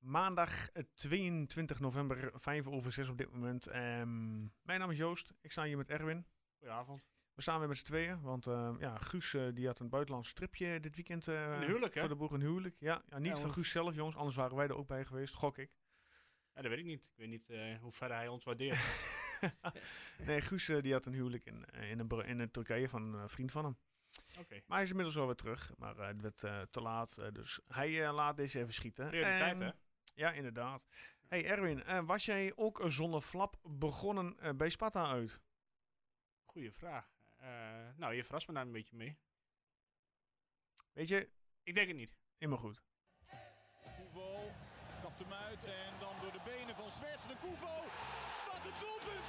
Maandag 22 november, 5:05 op dit moment. Mijn naam is Joost. Ik sta hier met Erwin. Goedenavond. We staan weer met z'n tweeën, want Guus die had een buitenlands stripje dit weekend. Een huwelijk, hè? Voor de boeg een huwelijk. Ja, niet van Guus zelf, jongens. Anders waren wij er ook bij geweest, gok ik. Ja, dat weet ik niet. Ik weet niet hoe ver hij ons waardeert. Nee, Guus die had een huwelijk in Turkije van een vriend van hem. Okay. Maar hij is inmiddels alweer terug. Maar het werd te laat, dus hij laat deze even schieten. Prioriteit, hè? Ja, inderdaad. Hey Erwin, was jij ook zonder flap begonnen bij Sparta uit? Goeie vraag. Nou, je verrast me daar een beetje mee. Weet je? Ik denk het niet. Helemaal goed. Koevo kapt hem uit en dan door de benen van Zwerts de Koevo. Wat een doelpunt!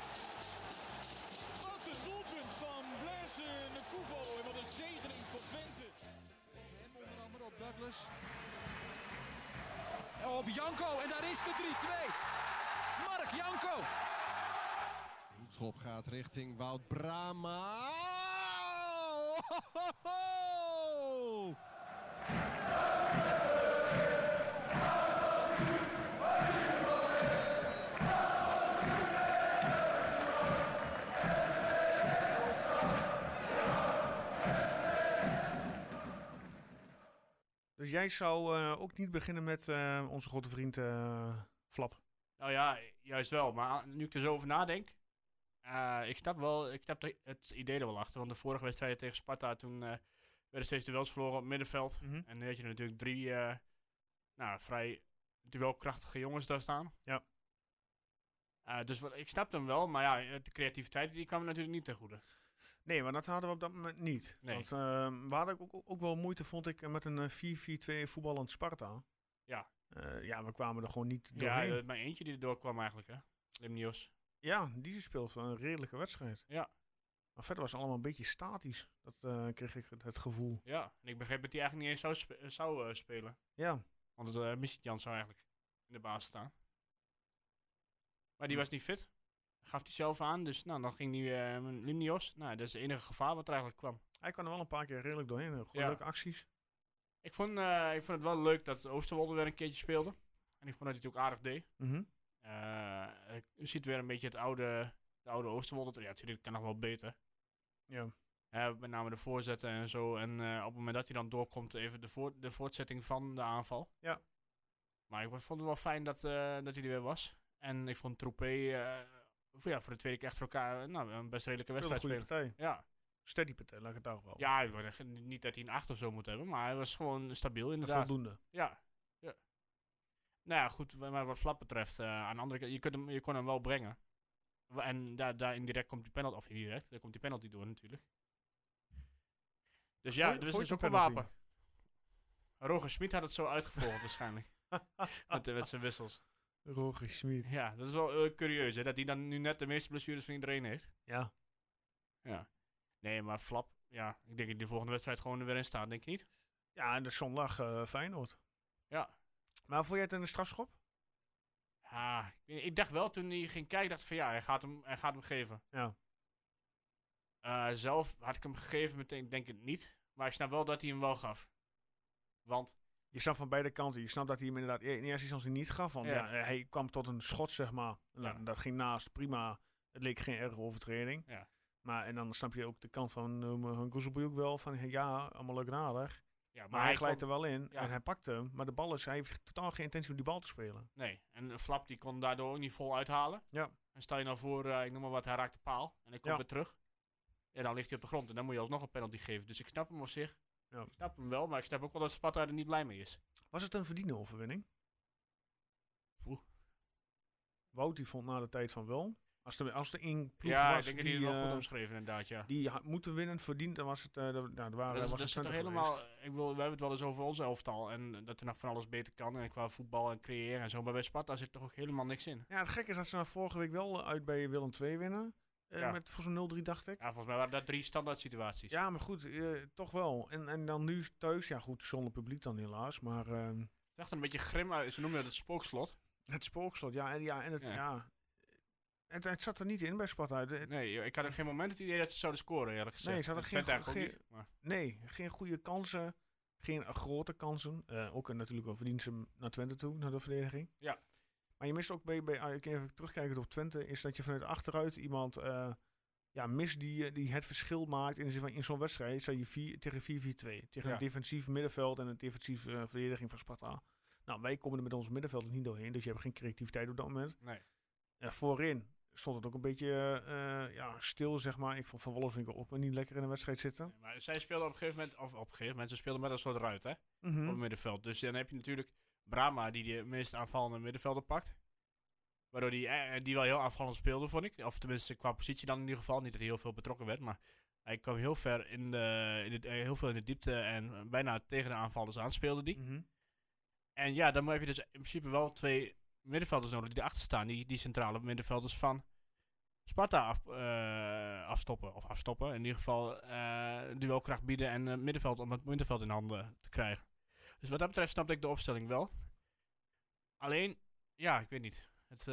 Wat een doelpunt van Blaise de Koevo en wat een zegening voor Twente. En onder andere op Douglas. Op Janko en daar is de 3-2. Mark Janko. De hoekschop gaat richting Wout Brama. Dus jij zou ook niet beginnen met onze grote vriend Flap? Nou ja, juist wel. Maar nu ik er zo over nadenk. Ik snap het idee er wel achter. Want de vorige wedstrijd tegen Sparta, toen werden steeds duels verloren op het middenveld. Mm-hmm. En dan had je er natuurlijk 3 vrij duelkrachtige jongens daar staan. Ja. Dus ik snap hem wel. Maar ja, de creativiteit die kwam natuurlijk niet ten goede. Nee, maar dat hadden we op dat moment niet. Nee. Want we hadden ook wel moeite, vond ik, met een 4-4-2 voetballend Sparta. Ja. We kwamen er gewoon niet doorheen. Ja, mijn eentje die erdoor kwam eigenlijk, hè. Limnios. Ja, die speelt een redelijke wedstrijd. Ja. Maar verder was het allemaal een beetje statisch. Dat kreeg ik het gevoel. Ja, en ik begreep dat hij eigenlijk niet eens zou spelen. Ja. Want Missy-Jan zou eigenlijk in de basis staan. Maar die was niet fit. Gaf hij zelf aan, dus dan ging hij Limnios. Nou, dat is het enige gevaar wat er eigenlijk kwam. Hij kwam er wel een paar keer redelijk doorheen. Goede leuke acties. Ik vond het wel leuk dat Oosterwolde weer een keertje speelde. En ik vond dat hij het ook aardig deed. Mm-hmm. Je ziet weer een beetje de oude Oosterwolde. Ja, natuurlijk kan nog wel beter. Ja. Met name de voorzetten en zo. En op het moment dat hij dan doorkomt, even de voortzetting van de aanval. Ja. Maar ik vond het wel fijn dat hij er weer was. En ik vond Troepé voor de tweede keer achter elkaar een best redelijke wedstrijd goede spelen. partij. Ja. Steady partij, laat ik het daar wel. Ja, niet dat hij een 8 of zo moet hebben, maar hij was gewoon stabiel inderdaad. Voldoende. Ja. Nou ja, goed, maar wat Flap betreft, aan de andere kant, je kon hem wel brengen. En daar indirect komt die penalty, of indirect, daar komt die penalty door natuurlijk. Dus ja, dus het is ook een wapen. Roger Smit had het zo uitgevolgd waarschijnlijk. met zijn wissels. Roger Smit. Ja, dat is wel curieus, hè, dat hij dan nu net de meeste blessures van iedereen heeft. Ja. Ja. Nee, maar Flap, ja, ik denk dat de volgende wedstrijd gewoon er weer in staat, denk je niet? Ja, en de zondag Feyenoord. Ja. Maar vond jij het in de strafschop? Ja, ik dacht wel toen hij ging kijken, dacht ik van ja, hij gaat hem geven. Ja. Zelf had ik hem gegeven meteen, denk ik niet. Maar ik snap wel dat hij hem wel gaf. Want... Je snapt van beide kanten. Je snapt dat hij hem inderdaad in eerste instantie niet gaf. Want hij kwam tot een schot, zeg maar. Ja. Dat ging naast, prima. Het leek geen erge overtreding. Ja. Maar en dan snap je ook de kant van Goezelboei ook wel. Van ja, allemaal leuk en aardig. Ja, maar hij glijdt er wel in. Ja. En hij pakt hem. Maar hij heeft totaal geen intentie om die bal te spelen. Nee. En Flap die kon daardoor ook niet vol uithalen. Ja. En stel je nou voor, ik noem maar wat, hij raakt de paal. En hij komt weer terug. Ja, dan ligt hij op de grond. En dan moet je alsnog een penalty geven. Dus ik snap hem op zich. Ja. Ik snap hem wel. Maar ik snap ook wel dat Sparta er niet blij mee is. Was het een verdiende overwinning? Wout die vond na de tijd van wel. Als er één ploeg was... Ja, ik denk dat hij het wel goed omschreven inderdaad, ja. Die moeten winnen, verdiend, dan was het... dat is toch helemaal... Ik bedoel, we hebben het wel eens over ons elftal. En dat er nog van alles beter kan. En qua voetbal en creëren en zo. Maar bij Sparta zit toch ook helemaal niks in. Ja, het gekke is dat ze vorige week wel uit bij Willem II winnen. Met voor zo'n 0-3 dacht ik. Ja, volgens mij waren dat 3 standaard situaties. Ja, maar goed, toch wel. En dan nu thuis, ja goed, zonder publiek dan helaas. Maar... het zag er een beetje grim uit. Ze noemen het spookslot. Het spookslot, Het zat er niet in bij Sparta. Nee, ik had op geen moment het idee dat ze zouden scoren, eerlijk gezegd. Nee, ze hadden geen goede kansen. Geen grote kansen. Ook natuurlijk wel verdient ze hem naar Twente toe, naar de verdediging. Ja. Maar je mist ook bij ik even terugkijken op Twente, is dat je vanuit achteruit iemand mist die het verschil maakt in zo'n wedstrijd. Zou je tegen 4-4-2. Tegen een defensief middenveld en een defensief verdediging van Sparta. Nou, wij komen er met ons middenveld niet doorheen, dus je hebt geen creativiteit op dat moment. Nee. Voorin stond het ook een beetje stil, zeg maar. Ik vond Van Wolfswinkel ook niet lekker in de wedstrijd zitten. Nee, maar zij speelden op een gegeven moment, ze speelden met een soort ruit, hè? Op het middenveld. Dus dan heb je natuurlijk Brahma die de meest aanvallende middenvelder pakt. Waardoor die wel heel aanvallend speelde, vond ik. Of tenminste qua positie dan in ieder geval. Niet dat hij heel veel betrokken werd, maar hij kwam heel ver heel veel in de diepte en bijna tegen de aanvallers aan speelde die. En ja, dan heb je dus in principe wel 2 middenvelders nodig die erachter staan. Die centrale middenvelders van Sparta afstoppen. Of afstoppen. In ieder geval duelkracht bieden en middenveld om het middenveld in handen te krijgen. Dus wat dat betreft snapte ik de opstelling wel. Alleen, ja, ik weet niet.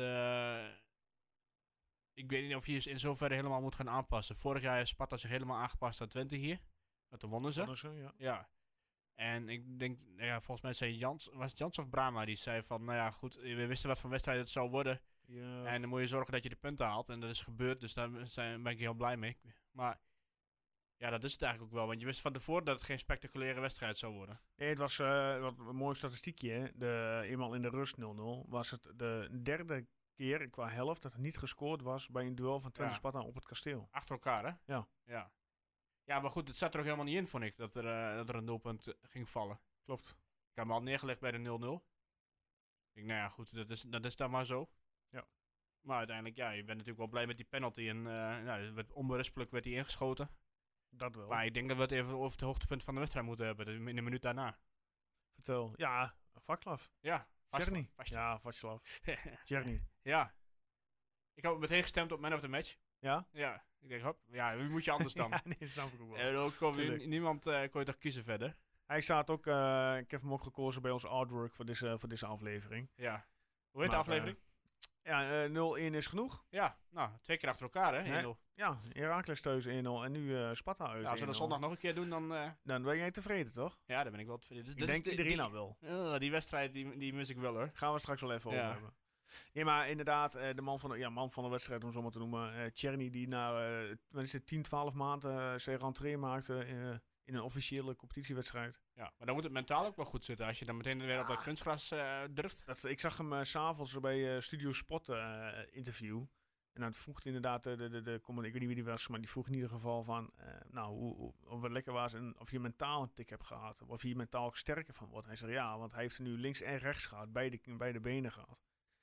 Ik weet niet of je in zoverre helemaal moet gaan aanpassen. Vorig jaar heeft Sparta zich helemaal aangepast aan Twente hier. Toen wonnen ze. Ja. En ik denk, volgens mij zei was het Jans of Brahma die zei van, nou ja, goed, we wisten wat voor wedstrijd het zou worden. Ja. En dan moet je zorgen dat je de punten haalt. En dat is gebeurd, dus daar ben ik heel blij mee. Maar ja, dat is het eigenlijk ook wel. Want je wist van tevoren dat het geen spectaculaire wedstrijd zou worden. Nee, het was wat een mooi statistiekje. Hè? Eenmaal in de rust 0-0 was het de 3e keer qua helft dat er niet gescoord was bij een duel van Twente Sparta op het kasteel. Achter elkaar, hè? Ja. Ja, maar goed, het zat er ook helemaal niet in, vond ik, dat er een 0-punt ging vallen. Klopt. Ik heb me al neergelegd bij de 0-0. Ik denk, nou ja, goed, dat is dan maar zo. Ja. Maar uiteindelijk, ja, je bent natuurlijk wel blij met die penalty. En onberispelijk werd hij ingeschoten. Dat wel. Maar ik denk dat we het even over het hoogtepunt van de wedstrijd moeten hebben, in de minuut daarna. Vertel. Ja, Vaklav. Ja, Černý. Ja, Václav. Černý. Ja. Ik had meteen gestemd op man of the match. Ja? Ja. Ik denk, hop, ja, wie moet je anders dan? Ja, nee, dat snap ik ook wel. En ook niemand kon je toch kiezen verder. Hij staat ook, ik heb hem ook gekozen bij ons artwork voor deze aflevering. Ja. Hoe heet de aflevering? 0-1 is genoeg. Ja, nou, 2 keer achter elkaar, hè? 1-0. Ja, Heracles thuis 1-0 en nu Sparta uit. Ja, als we dat zondag nog een keer doen, dan... Dan ben jij tevreden, toch? Ja, daar ben ik wel tevreden. Ik denk iedereen nou wel. Die wedstrijd, die mis ik wel, hoor. Gaan we straks wel even over hebben. Nee, maar inderdaad, de man van de wedstrijd, om zo maar te noemen. Černý, die na 10-12 maanden zijn rentree maakte in een officiële competitiewedstrijd. Ja, maar dan moet het mentaal ook wel goed zitten als je dan meteen weer op dat kunstgras durft. Ik zag hem 's avonds bij Studio Spot interview. En dan vroeg hij inderdaad, ik weet niet wie die was, maar die vroeg in ieder geval van, of het lekker was en of je mentaal een tik hebt gehad. Of je mentaal ook sterker van wordt. Hij zei ja, want hij heeft er nu links en rechts gehad, beide benen gehad.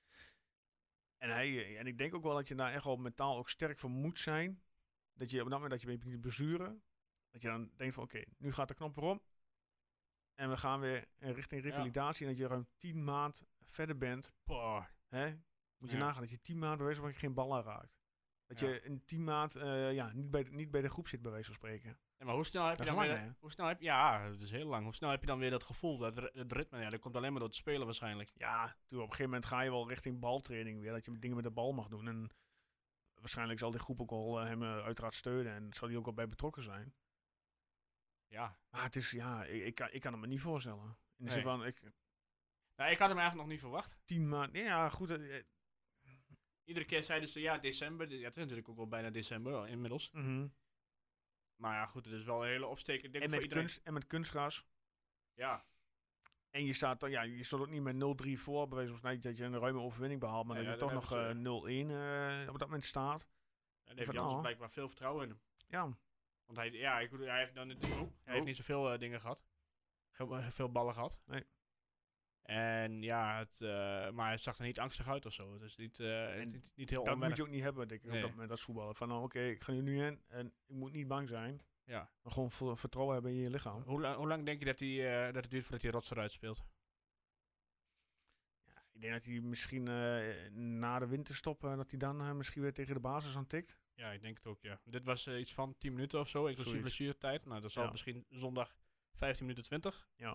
En ik denk ook wel dat je daar echt wel mentaal ook sterk voor moet zijn. Dat je op dat moment dat je met die blessure, dat je dan denkt van oké, nu gaat de knop weer om. En we gaan weer richting revalidatie. En dat je ruim 10 maanden verder bent. Hè? Moet je nagaan dat je 10 maanden bij wijze van spreken geen ballen raakt. Dat je in 10 maanden niet bij de groep zit bij wijze van spreken. Ja, maar hoe snel heb je dan weer... Ja, dat is heel lang. Hoe snel heb je dan weer dat gevoel, het ritme? Ja, dat komt alleen maar door het spelen waarschijnlijk. Ja, op een gegeven moment ga je wel richting baltraining weer. Dat je dingen met de bal mag doen. En waarschijnlijk zal die groep ook wel hem uiteraard steunen. En zal hij ook wel bij betrokken zijn. Ja. Maar het is, ik kan het me niet voorstellen. In de zin van, ik had hem eigenlijk nog niet verwacht. 10 maanden, ja goed. Iedere keer zeiden ze, ja, december. Ja, het is natuurlijk ook al bijna december inmiddels. Maar ja, goed, het is wel een hele opsteker. Ik denk voor iedereen. En met kunstgras. Ja. En je staat ook niet met 0-3 voor, bij wijze van spreken dat je een ruime overwinning behaalt, maar dat je toch nog 0-1 op dat moment staat. En daar heeft Jans blijkbaar veel vertrouwen in hem. Ja. Want hij heeft dan hij heeft niet zoveel dingen gehad. Veel ballen gehad. Nee. En ja, maar hij zag er niet angstig uit of zo. Het is niet heel onwennig. Dat moet je ook niet hebben, denk ik, op dat moment als voetballer. Van oké, ik ga nu in en ik moet niet bang zijn. Ja. Maar gewoon vertrouwen hebben in je lichaam. Hoe lang denk je dat het duurt voordat hij rots eruit speelt? Ja, ik denk dat hij misschien na de winterstop, dat hij dan misschien weer tegen de basis aan tikt. Ja, ik denk het ook, ja. Dit was iets van 10 minuten of zo, inclusief blessuretijd. Nou, dat zal misschien zondag 15 minuten 20. Ja.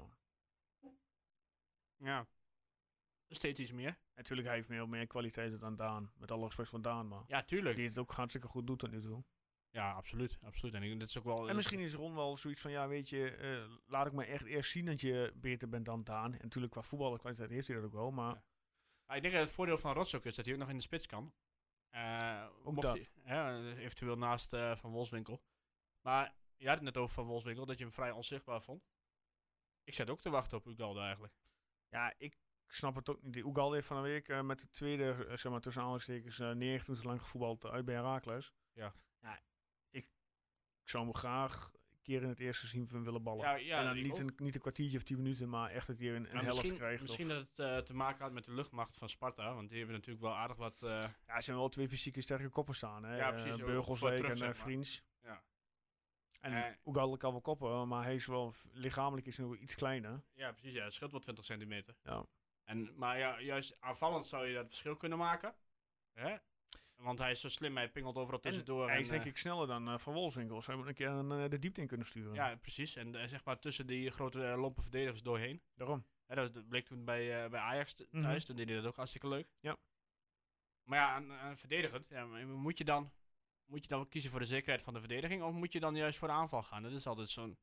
Ja. Steeds iets meer. Natuurlijk, hij heeft meer kwaliteiten dan Daan. Met alle respect van Daan, maar... Ja, tuurlijk. Die het ook hartstikke goed doet tot nu toe. Ja, absoluut. En dat is ook wel... En misschien is Ron wel zoiets van, ja, weet je, laat ik me echt eerst zien dat je beter bent dan Daan. En natuurlijk qua voetbalkwaliteit heeft hij dat ook wel, maar... Ja. Ik denk dat het voordeel van Rots ook is dat hij ook nog in de spits kan. Ook mocht dat. Hij, eventueel naast Van Wolfswinkel. Maar je had het net over Van Wolfswinkel, dat je hem vrij onzichtbaar vond. Ik zat ook te wachten op Ugalde eigenlijk. Ja, ik snap het ook niet. Die Ugalde heeft van een week met de tweede, zeg maar tussen aanhalingstekens, 90 minuten lang gevoetbald uit bij Heracles. Ja. Ik zou hem graag een keer in het eerste seizoen willen ballen. Ja, en dan niet een kwartiertje of 10 minuten, maar echt dat hij een helft krijgt. Misschien dat het te maken had met de luchtmacht van Sparta. Want die hebben natuurlijk wel aardig wat... Ja, er zijn wel twee fysieke sterke koppen staan. Hè? Ja, precies. Beugelsdijk en zeg maar. Vriends. Ja. En Ugalde kan wel koppen, maar hij is wel lichamelijk is nog iets kleiner. Ja, precies. Ja. Het scheelt wel 20 centimeter. Ja. Maar ja, juist aanvallend zou je dat verschil kunnen maken. Hè? Want hij is zo slim, hij pingelt overal tussendoor. En hij is denk ik sneller dan Van Wolfswinkel. Zou we een keer de diepte in kunnen sturen. Ja, precies. En zeg maar tussen die grote lompe verdedigers doorheen. Daarom. Dat bleek toen bij Ajax thuis. Toen deed hij dat ook hartstikke leuk. Ja. Maar ja, aan verdedigend. Ja, moet je dan kiezen voor de zekerheid van de verdediging? Of moet je dan juist voor de aanval gaan? Dat is altijd zo'n...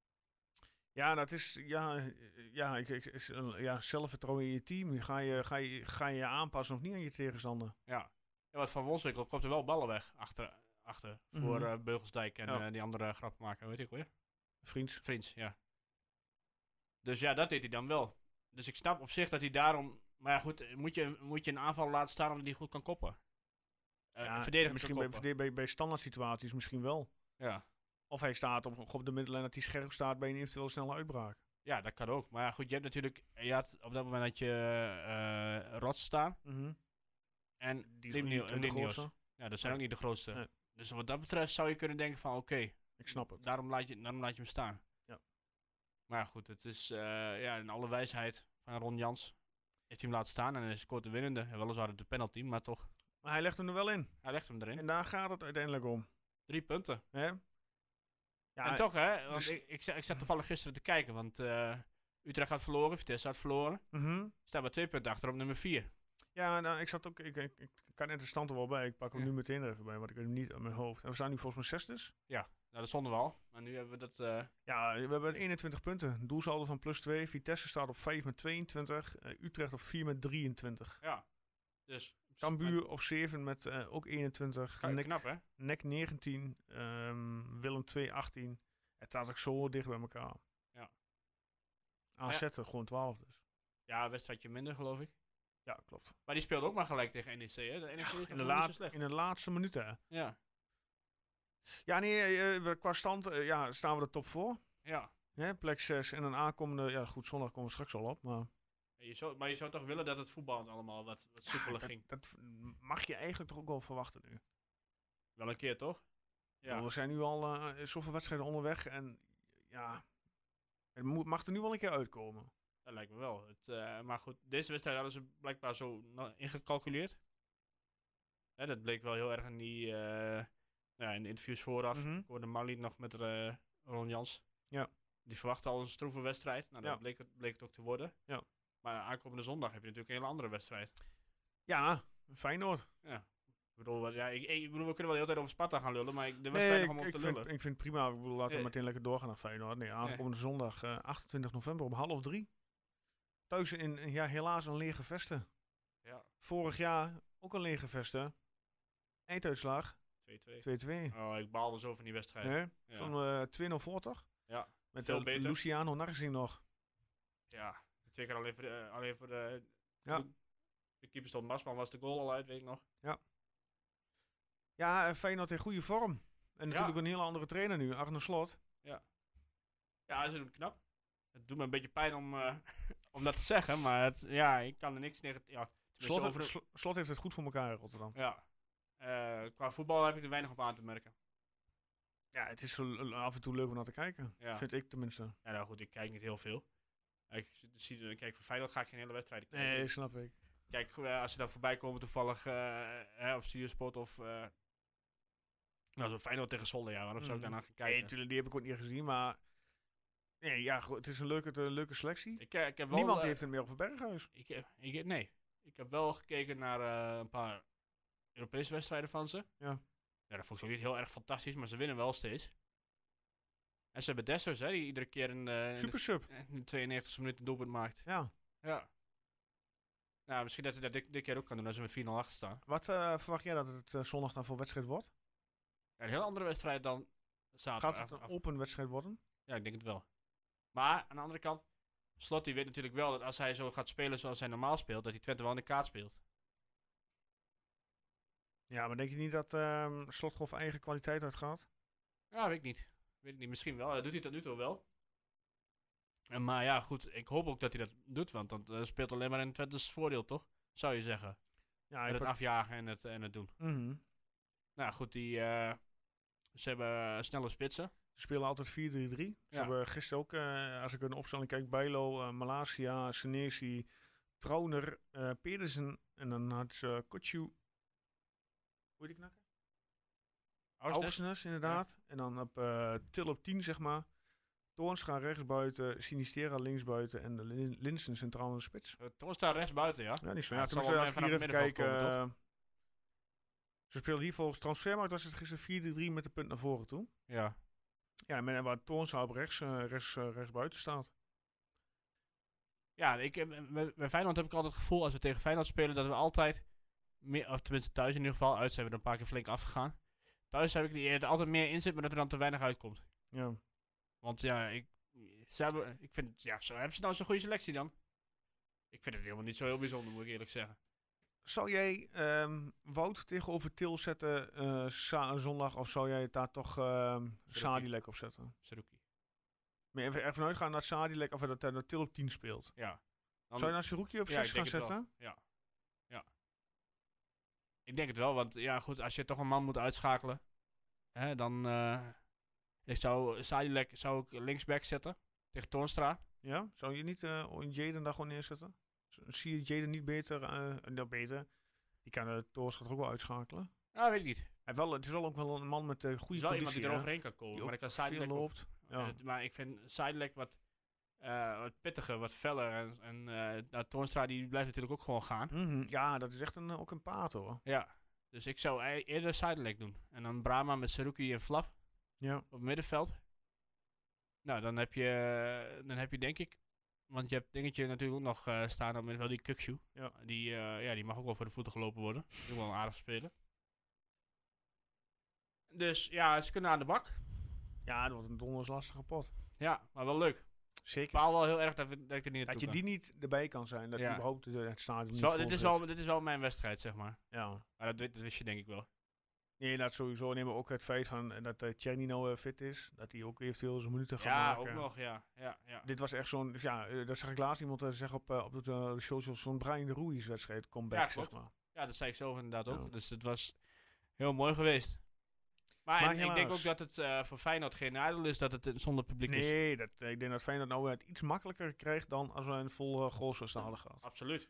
Ja, dat is... zelfvertrouwen in je team. Ga je aanpassen of niet aan je tegenstander? Ja, wat Van Wolfswinkel komt er wel ballen weg achter voor Beugelsdijk en die andere grappenmaker, weet ik weer. Vriends, ja. Dus ja, dat deed hij dan wel. Dus ik snap op zich dat hij daarom... Maar ja, goed, moet je een aanval laten staan omdat hij goed kan koppen? Misschien bij standaard situaties misschien wel. Ja. Of hij staat op de middellijn dat hij scherp staat bij een eventueel snelle uitbraak. Ja, dat kan ook. Maar ja, goed, je had op dat moment had je Rots staan. En Limnios. Ja, dat zijn ook niet de grootste. Nee. Dus wat dat betreft zou je kunnen denken van oké. Ik snap het. Daarom laat je hem staan. Ja. Maar goed, het is in alle wijsheid van Ron Jans. Heeft hij hem laten staan en hij scoort de winnende. En weliswaar het de penalty, maar toch. Maar hij legt hem er wel in. Hij legt hem erin. En daar gaat het uiteindelijk om. 3 punten. Hè? Ja, en toch hè, want ik zat toevallig gisteren te kijken, want Utrecht had verloren, Vitesse had verloren. Staan we 2 punten achter op nummer 4. Ja, nou, ik kan net de stand er wel bij. Ik pak hem nu meteen even bij, want ik heb hem niet aan mijn hoofd. En we staan nu volgens mij 6e. Ja, nou, dat stonden we al. Maar nu hebben we dat... Ja, we hebben 21 punten. Doelsaldo van +2. Vitesse staat op 5 met 22. Utrecht op 4 met 23. Ja, dus... Cambuur op 7 met ook 21. Knap, hè? NEC 19. Willem 2 18. Het staat ook zo dicht bij elkaar. Ja. AZ gewoon 12 dus. Ja, een wedstrijdje minder, geloof ik. Ja, klopt. Maar die speelde ook maar gelijk tegen NEC, hè? De NEC is in de laatste minuten, hè? Ja. Ja, nee, qua stand staan we de top voor. Ja. Plek 6 en een aankomende... Ja, goed, zondag komen we straks al op, maar... Maar je zou toch willen dat het voetbal allemaal wat soepeler ging? Dat mag je eigenlijk toch ook wel verwachten nu. Wel een keer, toch? Ja. We zijn nu al zoveel wedstrijden onderweg en ja... Het mag er nu wel een keer uitkomen. Dat lijkt me wel. Maar goed, deze wedstrijd hadden ze blijkbaar zo ingecalculeerd. Dat bleek wel heel erg in die in de interviews vooraf. Ik hoorde Marliet nog met Ron Jans. Ja. Die verwachtte al een stroeve wedstrijd. Nou, dat bleek het ook te worden. Ja. Maar aankomende zondag heb je natuurlijk een hele andere wedstrijd. Ja, Feyenoord. Ja. Ik bedoel, we kunnen wel de hele tijd over Sparta gaan lullen, maar de wedstrijd nog om te lullen. Ik vind het prima. Ik bedoel, laten we meteen lekker doorgaan naar Feyenoord. Nee, aankomende zondag 28 november om 2:30. Thuis in helaas een lege vesten. Ja. Vorig jaar ook een lege vesten. Einduitslag 2-2. Oh, ik baalde zo van die wedstrijd. Ja. Zo'n 2-0 voor, toch? Ja. Met Luciano Narsing nog. Ja, 2 keer alleen voor de... Ja. De keeper stond Marsman, was de goal al uit, weet ik nog. Ja. Ja, Feyenoord in goede vorm. En natuurlijk een hele andere trainer nu, Arne Slot. Ja. Ja, hij is het knap. Het doet me een beetje pijn om dat te zeggen, maar ik kan er niks negatief... Ja, Slot heeft het goed voor elkaar in Rotterdam. Ja. Qua voetbal heb ik er weinig op aan te merken. Ja, het is af en toe leuk om naar te kijken. Ja. Vind ik tenminste. Ja, nou goed, ik kijk niet heel veel. Kijk, voor Feyenoord ga ik geen hele wedstrijd kijken. Nee, snap ik. Kijk, als ze daar voorbij komen toevallig op Studiosport of... zo Feyenoord tegen Zwolle, waarom zou ik daarna gaan kijken? Nee, natuurlijk, die heb ik ook niet gezien, maar... Nee, ja, goed, het is een leuke selectie. Ik heb wel, niemand heeft het meer op het Berghuis. Nee. Ik heb wel gekeken naar een paar Europese wedstrijden van ze. Ja. Ja, dat vond ik zo niet heel erg fantastisch, maar ze winnen wel steeds. En ze hebben Dessers, hè, die iedere keer in Super sub. de 92e minuut een doelpunt maakt. Ja. Ja. Nou, misschien dat hij dat dit keer ook kan doen als we met 4-0 achter staan. Wat verwacht jij dat het zondag dan voor wedstrijd wordt? Ja, een heel andere wedstrijd dan zaterdag. Gaat het een open wedstrijd worden? Ja, ik denk het wel. Maar aan de andere kant, Slot die weet natuurlijk wel dat als hij zo gaat spelen zoals hij normaal speelt, dat hij Twente wel in de kaart speelt. Ja, maar denk je niet dat Slothoff eigen kwaliteit uitgaat? Ja, weet ik niet. Weet ik niet. Misschien wel. Dat doet hij tot nu toe wel. Maar ja, goed. Ik hoop ook dat hij dat doet, want dat speelt alleen maar in Twente's voordeel, toch? Zou je zeggen. Ja, Met het afjagen en het doen. Mhm. Nou goed, ze hebben snelle spitsen. Ze spelen altijd 4-3-3. Ze hebben gisteren ook, als ik een opstelling kijk, Bijlo, Malasia, Senesi, Trauner, Pedersen en dan had ze Kotju. Hoe heet die knakker? Augsnes, inderdaad. Ja. En dan op Til op 10, zeg maar. Toornstra rechtsbuiten, Sinistera linksbuiten en de Linsen centraal in de spits. Toornstra rechtsbuiten, ja? Ja, niet zo. Ja, toen als ik hier even kijken. Ze speelden hier volgens Transfermarkt, was het gisteren 4-3 met de punt naar voren toe. Ja. Ja, en waar Toornstra op rechtsbuiten staat. Ja, bij Feyenoord heb ik altijd het gevoel als we tegen Feyenoord spelen dat we altijd, of tenminste thuis in ieder geval, uit zijn we er een paar keer flink afgegaan. Thuis heb ik die er altijd meer in zit, maar dat er dan te weinig uitkomt. Ja. Want ja, ik vind, ja, zo hebben ze nou zo'n goede selectie dan? Ik vind het helemaal niet zo heel bijzonder, moet ik eerlijk zeggen. Zou jij Wout tegenover Til zetten zondag, of zou jij het daar toch Sadilek op zetten? Seruki. Maar even ervan uitgaan dat Sadilek, of dat Til op 10 speelt. Ja. Dan, zou je nou Seruki op 6 gaan zetten? Ja. Ik denk het wel, want ja goed, als je toch een man moet uitschakelen, hè, dan ik zou Sadilek linksback zetten tegen Toornstra. Ja? Zou je niet Jaden daar gewoon neerzetten? Zie je Jaden niet beter? Beter. Die kan Toornstra ook wel uitschakelen. Ja, weet ik niet. Het is wel ook wel een man met goede conditie. Wel iemand die eroverheen kan komen. Die maar ik kan Sadilek loopt. Ja. Maar ik vind Sadilek wat pittiger, wat feller. En Toornstra die blijft natuurlijk ook gewoon gaan. Mm-hmm. Ja, dat is echt ook een paard hoor. Ja, dus ik zou eerder Sadilek doen. En dan Brahma met Seruki en Flap op het middenveld. Nou, dan heb je denk ik, want je hebt dingetje natuurlijk ook nog staan op het middenveld, die Kukshu. Ja. Die mag ook wel voor de voeten gelopen worden. Die is wel een aardig spelen. Dus ja, ze kunnen aan de bak. Ja, dat wordt een donders lastige pot. Ja, maar wel leuk. Zeker. Ik baal wel heel erg dat ik er niet dat je die niet erbij kan zijn. Dat je überhaupt het stadion dit is wel mijn wedstrijd, zeg maar. Ja. Maar dat wist je denk ik wel. Nee, dat sowieso. Nemen we ook het feit van dat Tjerni nou fit is. Dat hij ook eventueel zijn minuten gaat maken. Ja, ook nog, ja. Dit was echt zo'n, dat zag ik laatst iemand zeggen op de socials, zo'n Brian de Ruiz wedstrijd, comeback, zeg maar. Ja, dat zei ik zelf inderdaad ook. Dus het was heel mooi geweest. Maar ik denk ook dat het voor Feyenoord geen nadeel is dat het zonder publiek is. Nee, ik denk dat Feyenoord nou het iets makkelijker krijgt dan als we een vol goals hadden gehad. Absoluut.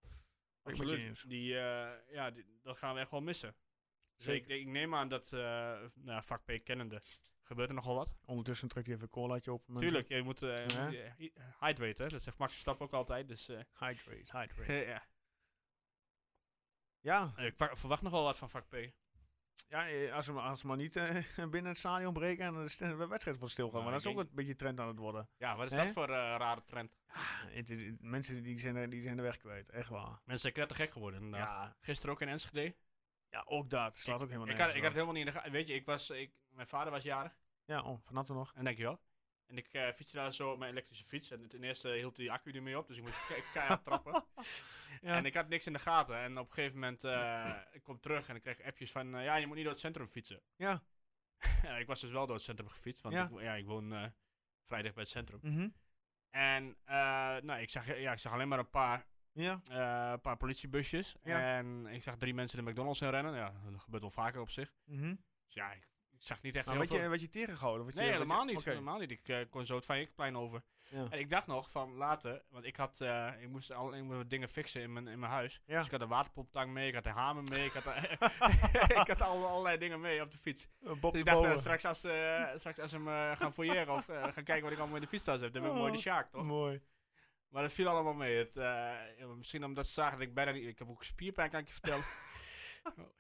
Dat gaan we echt wel missen. Dus ik neem aan dat vak P kennende gebeurt er nogal wat. Ondertussen trekt hij even een colaatje op. Tuurlijk, je moet hydrate, hè? Dat zegt Max Verstappen ook altijd. Dus, hydrate. Ja. Ik verwacht nogal wat van vak P. Ja, als we maar niet binnen het stadion breken en de wedstrijd wordt stilgaan. Maar dat is ook een beetje trend aan het worden. Ja, wat is dat voor rare trend? Mensen die zijn de weg kwijt, echt waar. Mensen zijn knettergek geworden, inderdaad. Ja. Gisteren ook in Enschede. Ja, ook dat. Slaat ook helemaal nergens. Ik had het helemaal niet in de gaten. Weet je, mijn vader was jarig. Ja, vannacht nog. En dankjewel. En ik fietste daar zo op mijn elektrische fiets. En ten eerste hield die accu ermee op, dus ik moest keihard trappen. Ja. En ik had niks in de gaten. En op een gegeven moment, ik kom terug en ik kreeg appjes van, je moet niet door het centrum fietsen. Ja. Ik was dus wel door het centrum gefietst, want ik woon vrij dicht bij het centrum. Mm-hmm. En ik zag alleen maar een paar politiebusjes. Ja. En ik zag 3 mensen de McDonald's in rennen. Ja, dat gebeurt wel vaker op zich. Mm-hmm. Dus ja, ik zag niet echt heel veel. Werd je tegengehouden? Nee, helemaal niet. Okay. Helemaal niet. Ik kon zo het Van Hekenplein over. Ja. En ik dacht nog van later, want ik moest wat dingen fixen in mijn huis. Ja. Dus ik had de waterpomptang mee, ik had de hamer mee, ik had allerlei dingen mee op de fiets. Dus ik dacht straks als ze me gaan fouilleren of gaan kijken wat ik allemaal in de fietstas heb, dan ben ik mooi de Sjaak, toch? Mooi. Maar dat viel allemaal mee. Misschien omdat ze zagen dat ik bijna niet... Ik heb ook spierpijn, kan ik je vertellen.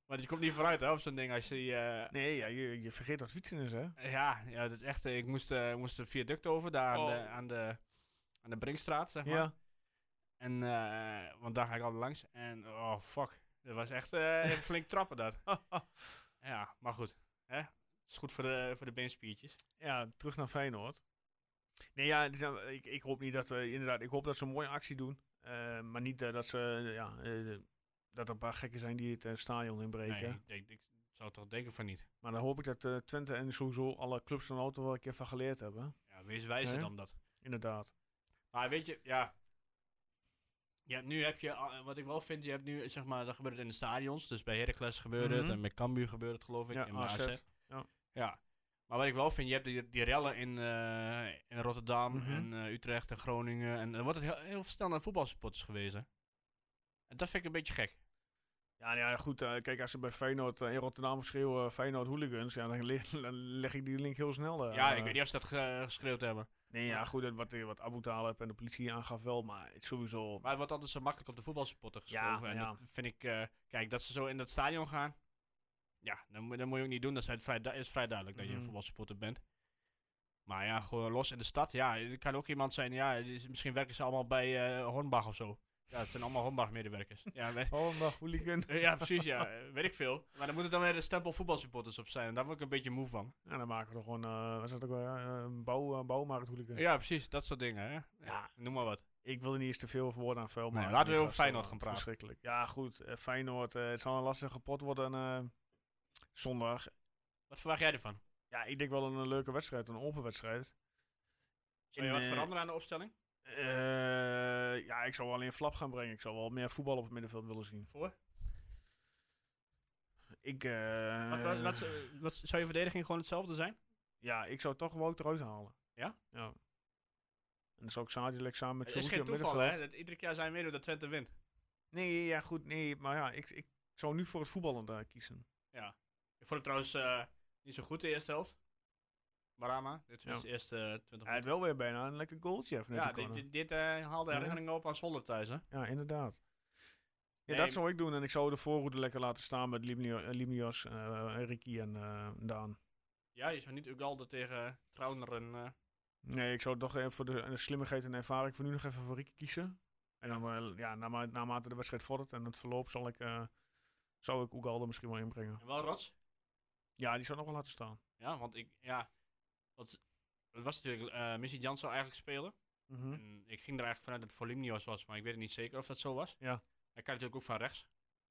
Maar je komt niet vooruit, hè, op zo'n ding als je... Nee, ja, je vergeet wat fietsen is, hè? Ja, dat is echt... ik moest de viaduct over, daar aan de Brinkstraat, zeg maar. Ja. En, want daar ga ik altijd langs. En, oh, fuck. Dat was echt even flink trappen, dat. Ja, maar goed. Hè? Het is goed voor de beenspiertjes. Ja, terug naar Feyenoord. Nee, ja, ik hoop niet dat we... Inderdaad, ik hoop dat ze een mooie actie doen. Maar niet dat ze... dat er een paar gekken zijn die het stadion inbreken. Nee, ik zou toch denken van niet. Maar dan hoop ik dat Twente en sowieso alle clubs van de auto wel een keer van geleerd hebben. Ja, wees wijzer dan dat. Inderdaad. Maar weet je, ja... Ja, nu heb je, wat ik wel vind, je hebt nu, zeg maar, dat gebeurt het in de stadions. Dus bij Heracles gebeurt het en bij Cambuur gebeurt het, geloof ik. Ja, en bij AZ. Ja. Maar wat ik wel vind, je hebt die rellen in Rotterdam en Utrecht en Groningen. En dan wordt het heel snel naar voetbalsupporters gewezen. En dat vind ik een beetje gek. Ja, goed. Kijk, als ze bij Feyenoord in Rotterdam schreeuwen Feyenoord hooligans, ja, dan leg ik die link heel snel. Ja, ik weet niet of ze dat geschreeuwd hebben. Nee, ja, goed. Wat Abu Talib en de politie aangaf wel, maar het is sowieso... Maar het wordt altijd zo makkelijk op de voetbalsupporter geschoven. Ja, en dat vind ik... kijk, dat ze zo in dat stadion gaan... Ja, dan moet je ook niet doen. Dat is vrij duidelijk dat je een voetbalsupporter bent. Maar ja, gewoon los in de stad. Ja, er kan ook iemand zijn... Ja, misschien werken ze allemaal bij Hornbach of zo. Ja, het zijn allemaal Hornbach-medewerkers. Ja, Hornbach, hooligan. Ja, precies, ja. Weet ik veel. Maar dan moet het dan weer de stempel voetbalsupporters op zijn. En daar word ik een beetje moe van. Ja, dan maken we toch gewoon... wat is dat ook weer? Bouwmarkt hooligan. Ja, precies. Dat soort dingen, hè. Ja, noem maar wat. Ik wil er niet eens te veel woorden aan vuil maken. Nee, laten we over Feyenoord gaan praten. Verschrikkelijk. Ja, goed. Feyenoord. Het zal een lastige pot worden zondag. Wat verwacht jij ervan? Ja, ik denk wel een leuke wedstrijd. Een open wedstrijd. Zou je wat veranderen aan de opstelling? Ja, ik zou wel alleen Flap gaan brengen. Ik zou wel meer voetbal op het middenveld willen zien. Voor? Wat zou je verdediging gewoon hetzelfde zijn? Ja, ik zou toch Wout eruit halen. Ja? Ja. En dan zou ik Sadilek samen met Zoetje op middenveld. Het is geen toeval, hè? Dat iedere keer zijn meedoen dat Twente wint. Nee, ja, goed. Nee, maar ja, ik zou nu voor het voetballen kiezen. Ja. Ik vond het trouwens niet zo goed de eerste helft. Barama, dit was de eerste 20 minuten. Hij had wel weer bijna een lekker goaltje. Ja, dit haalde herinneringen op aan Zwolle thuis, hè? Ja, inderdaad. Ja, dat zou ik doen. En ik zou de voorhoede lekker laten staan met Limnios, Ricky en Daan. Ja, je zou niet Ugalde tegen Trauner en... Nee, ik zou toch even voor de slimmigheid en ervaring voor nu nog even voor Ricky kiezen. En dan, naarmate de wedstrijd vordert en het verloop zou ik Ugalde misschien wel inbrengen. En wel Rots? Ja, die zou nog wel laten staan. Ja, want het was natuurlijk, Missy Jan zou eigenlijk spelen. En ik ging er eigenlijk vanuit dat het voor Limnios was, maar ik weet het niet zeker of dat zo was. Ja. Hij kan natuurlijk ook van rechts.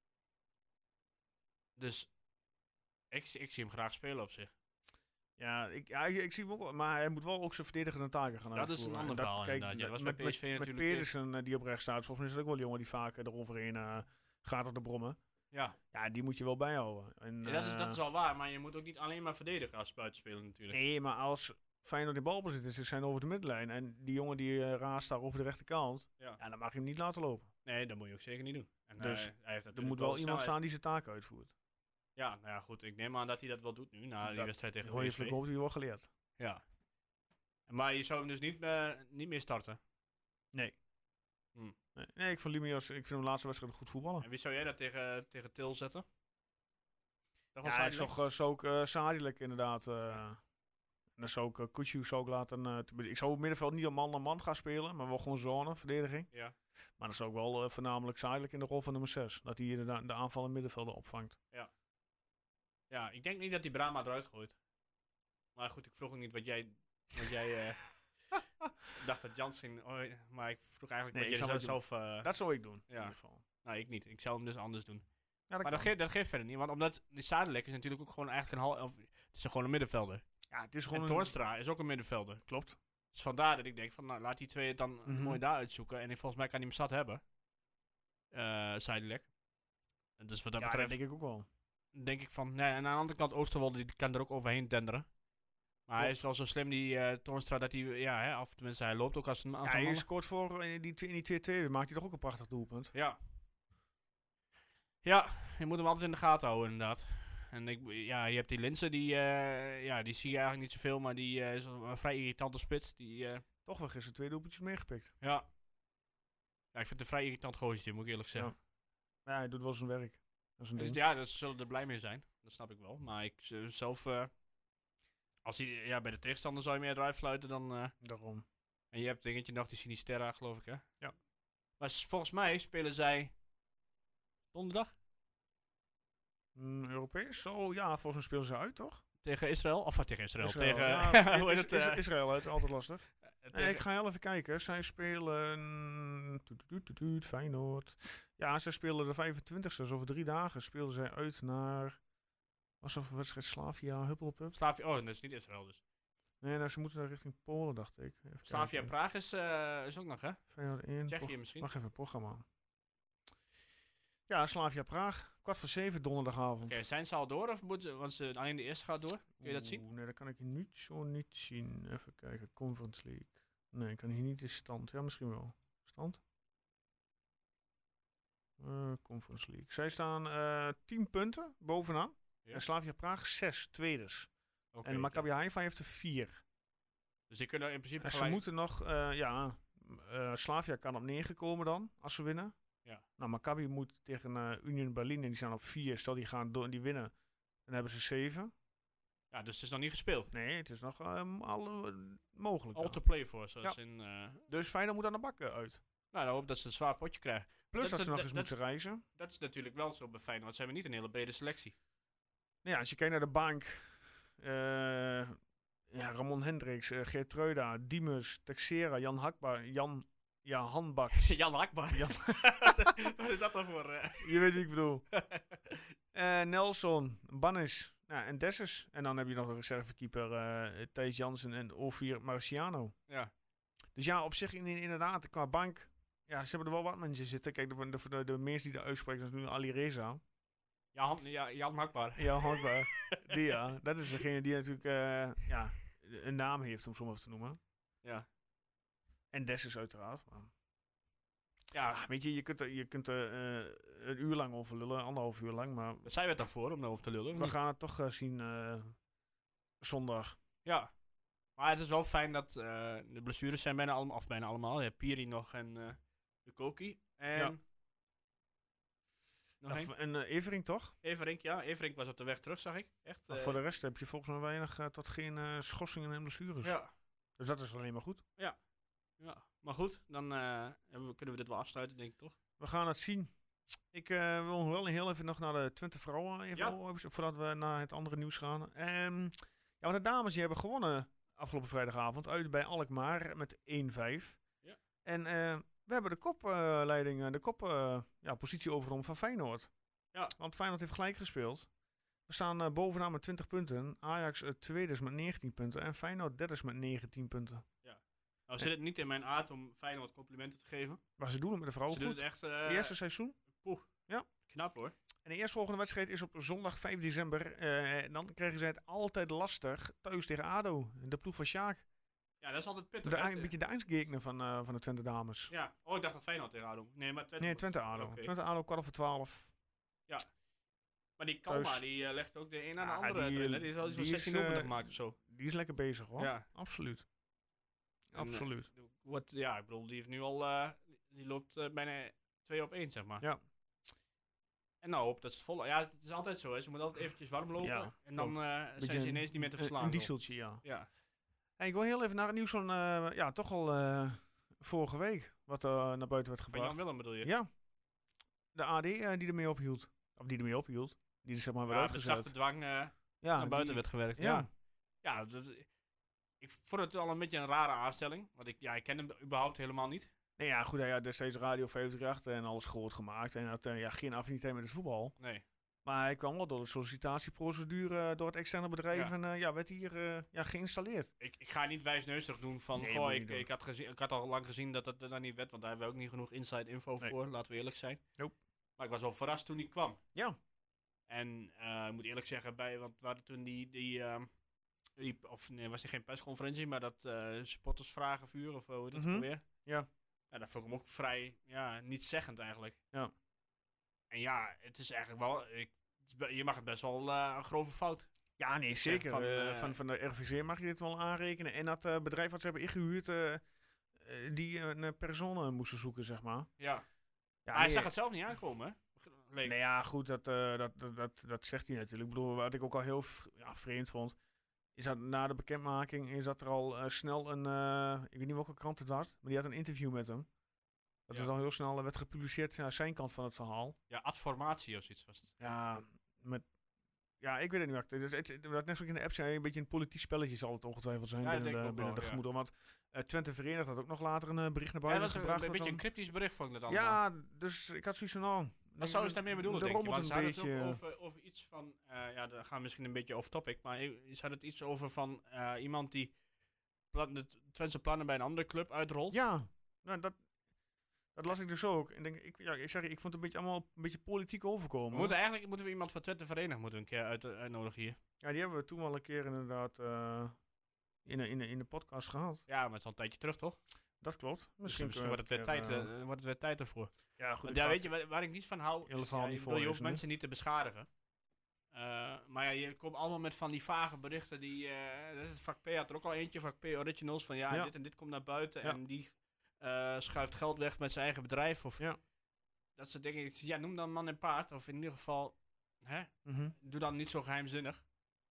Dus ik zie hem graag spelen op zich. Ja, ik zie hem ook wel, maar hij moet wel ook zijn verdedigende taken gaan uitvoeren. Dat is een ander verhaal inderdaad. Ja, dat was bij PSV natuurlijk. Met Pedersen die op rechts staat, volgens mij is het ook wel een jongen die vaak eroverheen gaat op de brommen. Ja. Ja, die moet je wel bijhouden. En, dat is al waar, maar je moet ook niet alleen maar verdedigen als buitenspeler natuurlijk. Nee, maar als Feyenoord in balbezit is, ze zijn over de middenlijn en die jongen die raast daar over de rechterkant, ja, dan mag je hem niet laten lopen. Nee, dat moet je ook zeker niet doen. En dus er moet wel iemand staan die zijn taken uitvoert. Ja, nou ja, goed. Ik neem aan dat hij dat wel doet nu, na die wedstrijd tegen PSV. Ik hoop dat hij wel geleerd. Ja. Maar je zou hem dus niet meer starten? Nee. Nee, ik vind Limios, ik vind hem de laatste wedstrijd goed voetballen. En wie zou jij dat tegen Til zetten? Ja, ik zou ook Sadilek inderdaad. En dan zou ik Kutsu laten... ik zou op het middenveld niet man aan man gaan spelen, maar wel gewoon zone, verdediging. Ja. Maar dan zou ik wel voornamelijk Sadilek in de rol van nummer 6. Dat hij inderdaad de aanval in middenvelden opvangt. Ja. Ja, ik denk niet dat hij Brahma eruit gooit. Maar goed, ik vroeg ook niet wat jij dacht dat Jans ging... maar ik vroeg eigenlijk wat jij zelf... dat zou ik doen, ja. in ieder geval. Nou, ik niet. Ik zou hem dus anders doen. Ja, maar dat geeft verder niet. Want omdat die Sadilek is natuurlijk ook gewoon eigenlijk het is gewoon een middenvelder. Ja, het is gewoon en Toornstra is ook een middenvelder. Klopt. Dus vandaar dat ik denk van, nou, laat die twee het dan mooi daar uitzoeken. En volgens mij kan hij hem zat hebben. Sadilek. En dus wat dat betreft... dat denk ik ook wel. Denk ik van, nee, en aan de andere kant Oosterwolde, die kan er ook overheen denderen. Maar hij is wel zo slim, die Toornstra, dat hij, of tenminste, hij loopt ook als een aantal hij scoort voor in die 2-2, maakt hij toch ook een prachtig doelpunt. Ja. Ja, je moet hem altijd in de gaten houden, inderdaad. En je hebt die Linse, die zie je eigenlijk niet zoveel, maar die is een vrij irritante spits. Toch wel gisteren 2 doelpuntjes meegepikt. Ja. Ja, ik vind het een vrij irritant gozer, moet ik eerlijk zeggen. Ja, hij doet wel zijn werk. Dat is een Dus ding. ja, ze zullen er blij mee zijn. Dat snap ik wel. Maar ik zelf... als hij, bij de tegenstander zou je meer eruit fluiten dan... Daarom. En je hebt dingetje nog, die Sinisterra, geloof ik, hè? Ja. Maar volgens mij spelen zij... donderdag? Europees? Oh ja, volgens mij spelen ze uit, toch? Tegen Israël? Of tegen Israël? Israël, Tegen... ja, hoe heet het? Israël uit, altijd lastig. Tegen- Ik ga heel even kijken. Zij spelen... Feyenoord. Ja, zij spelen de 25e, dus over 3 dagen spelen zij uit naar... Was dat een wedstrijd Slavia, Huppelpup? Slavia... Oh, dat is niet Israël dus. Nee, nou, ze moeten naar richting Polen, dacht ik. Even Slavia kijken. Praag is ook nog, hè? Feyenoord 1. Tsjechië misschien. Wacht even, programma. Ja, Slavia Praag. 6:15 donderdagavond. Oké, zijn ze al door? Of moeten ze... Want alleen de eerste gaat door. Kun je dat zien? Nee, dat kan ik niet zien. Even kijken. Conference League. Nee, ik kan hier niet de stand. Ja, misschien wel. Stand? Conference League. Zij staan 10 punten bovenaan. Ja. En Slavia Praag 6 tweeders. Oké, En Maccabi Haifa heeft er 4. Dus die kunnen in principe En ze gelijk... moeten nog... Slavia kan op 9 komen dan, als ze winnen. Ja. Nou, Maccabi moet tegen Union Berlin en die staan op 4. Stel die gaan door en die winnen, dan hebben ze 7. Ja, dus het is nog niet gespeeld. Nee, het is nog mogelijk. All dan. to play for, zoals Ja. in... Dus Feyenoord moet aan de bakken uit. Nou, dan hoop dat ze een zwaar potje krijgen. Plus dat is ze nog een- eens dat- moeten reizen. Dat is natuurlijk wel zo bij Feyenoord. Ze hebben niet een hele brede selectie. Nou ja, als je kijkt naar de bank. Ramon Hendricks, Geertruida, Diemers, Texera, Jan Hakba, Han Baks. Jan Hakbar. Jan- Wat is dat dan voor... Je weet wie ik bedoel. Nelson, Bannis en Dessus. En dan heb je nog de reservekeeper Thijs Jansen en Ophir Marciano. Ja. Dus ja, op zich inderdaad, qua bank. Ja, ze hebben er wel wat mensen zitten. Kijk, de meeste die daar uitspreken, dat is nu Ali Reza. Jan Hakbar. Ja, Hakba. Die ja. Dat is degene die natuurlijk een naam heeft, om zo maar te noemen. Ja. En Dessus uiteraard. Maar, Ja, weet je, je kunt er een uur lang over lullen, 1,5 uur lang. Maar daar zijn we toch voor om erover te lullen? of we niet? gaan het toch zien zondag. Ja. Maar het is wel fijn dat de blessures zijn bijna allemaal. Je hebt Piri nog en de Koki. En... Ja. Nog één? En Evering toch? Everink, ja. Everink was op de weg terug, zag ik. Echt. Voor de rest heb je volgens mij weinig tot geen schorsingen en blessures. Ja. Dus dat is alleen maar goed. Ja. Maar goed, dan kunnen we dit wel afsluiten, denk ik, toch? We gaan het zien. Ik wil wel heel even nog naar de Twente vrouwen voordat we naar het andere nieuws gaan. Want de dames die hebben gewonnen afgelopen vrijdagavond uit bij Alkmaar met 1-5. Ja. En we hebben de kopleiding, positie overgenomen van Feyenoord. Ja. Want Feyenoord heeft gelijk gespeeld. We staan bovenaan met 20 punten. Ajax tweede is met 19 punten. En Feyenoord derde is met 19 punten. Nou zit het niet in mijn aard om Feyenoord complimenten te geven. Maar ze doen het met de vrouwen Ze doen goed. het echt Eerste seizoen. knap, hoor. En de eerstvolgende wedstrijd is op zondag 5 december. En dan krijgen zij het altijd lastig thuis tegen ADO. De ploeg van Sjaak. Ja, dat is altijd pittig. hè? Een beetje de angstgegner van de Twente dames. Ja. Oh, ik dacht dat Feyenoord tegen ADO. Nee, maar Twente. Nee, Twente ADO. Oké. Twente ADO 11:15. Maar die Kalma, thuis. die legt ook de een na de Ja, andere die, erin, hè? Die is al iets van die is, 16 doelpunten gemaakt of zo. Die is lekker bezig hoor. Ja. Absoluut. En, Absoluut. Ik bedoel, die heeft nu al... die loopt bijna 2 op 1, zeg maar. Ja. En nou hoop dat ze het vol... Ja, het is altijd zo, hè. Ze moeten altijd eventjes warm lopen. Ja, en dan zijn ze ineens niet meer te verslaan. Een joh. dieseltje, ja. Ja. En ik wil heel even naar het nieuws van toch al vorige week. Wat naar buiten werd Van gebracht. Jan Willem bedoel je? Ja. De AD die ermee ophield. Of die ermee ophield. Die er zeg maar weer Ja, uitgezet. zachte dwang Ja, naar buiten die- werd gewerkt. Ja. Ja, ik vond het al een beetje een rare aanstelling. Want ik ken hem überhaupt helemaal niet. Nee, ja, goed. Hij had destijds Radio 538 en alles groot gemaakt. En had geen affiniteit met het voetbal. Nee. Maar hij kwam wel door de sollicitatieprocedure door het externe bedrijf. Ja. En werd hier geïnstalleerd. Ik ga niet wijsneuzig doen van... Nee, goh, moet je niet doen. ik had al lang gezien dat het er dan niet werd. Want daar hebben we ook niet genoeg inside info Nee. voor. Laten we eerlijk zijn. Nope. Maar ik was wel verrast toen hij kwam. Ja. En ik moet eerlijk zeggen, want we hadden toen was er geen persconferentie, maar dat supportersvragenvuur of hoe heet dat Mhm. ook weer? Ja. Ja, dat vond ik hem ook vrij, nietszeggend eigenlijk. Ja. En ja, het is eigenlijk wel, je mag het best wel een grove fout. Ja, nee, zeker. van, Van de RVC mag je dit wel aanrekenen. En dat bedrijf wat ze hebben ingehuurd, die een persoon moesten zoeken, zeg maar. Ja. Ja, Maar hij zag het zelf niet aankomen, hè? leek. Nee, ja, goed, dat zegt hij natuurlijk. Ik bedoel, wat ik ook al heel vreemd vond, is dat na de bekendmaking is dat er al snel ik weet niet welke krant het was, maar die had een interview met hem. Dat het al heel snel werd gepubliceerd naar zijn kant van het verhaal. Ja, adformatie of zoiets was het. Ja, ik weet het niet meer. Wat net zoals in de app zei, een beetje een politiek spelletje zal het ongetwijfeld zijn binnen de gemoederen. Want Twente Verenigd had ook nog later een bericht naar buiten gebracht. Dat was een beetje een cryptisch bericht, vond ik dat allemaal. Ja, dus ik had zoiets van, wat zou ze daarmee bedoelen, denk je? Want ze hadden het ook over iets van, dan gaan we misschien een beetje off-topic, maar ze hadden het iets over van iemand die de Twentse plannen bij een andere club uitrolt. Ja, nou, dat las ik dus ook. En ik vond het een beetje allemaal een beetje politiek overkomen. Moeten we iemand van Twente Verenigd een keer uitnodigen hier. Ja, die hebben we toen wel een keer inderdaad in de podcast gehad. Ja, maar het is al een tijdje terug, toch? Dat klopt. Misschien wordt het weer tijd ervoor. Ja, goed. Want weet je, waar ik niet van hou, je hoeft mensen niet te beschadigen. Maar ja, je komt allemaal met van die vage berichten die... het vak P had er ook al eentje, vak P Originals, van dit en dit komt naar buiten en die schuift geld weg met zijn eigen bedrijf. Of dat soort dingen. Ja, noem dan man en paard, of in ieder geval, doe dan niet zo geheimzinnig.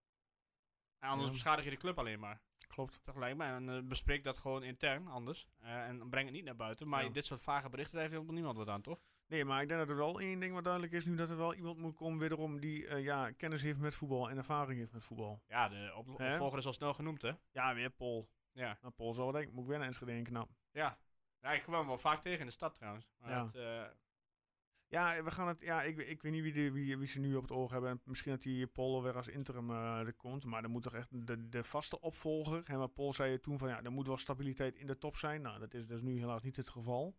En anders beschadig je de club alleen maar. Klopt. Tegelijk, maar en bespreek dat gewoon intern anders. En breng het niet naar buiten. Maar dit soort vage berichten, daar heeft helemaal niemand wat aan, toch? Nee, maar ik denk dat er wel één ding wat duidelijk is nu, dat er wel iemand moet komen wederom die kennis heeft met voetbal en ervaring heeft met voetbal. Ja, de opvolger is al snel genoemd, hè? Ja, weer Paul. Ja. Nou, Paul zou denken, moet ik weer naar Enschede in knap. Ja. Ja, ik kwam hem wel vaak tegen in de stad trouwens. Maar ja, we gaan het. Ja, ik weet niet wie ze nu op het oog hebben. Misschien dat die Paul weer als interim er komt. Maar er moet toch echt de vaste opvolger. En wat Paul zei toen van er moet wel stabiliteit in de top zijn. Nou, dat is dus nu helaas niet het geval.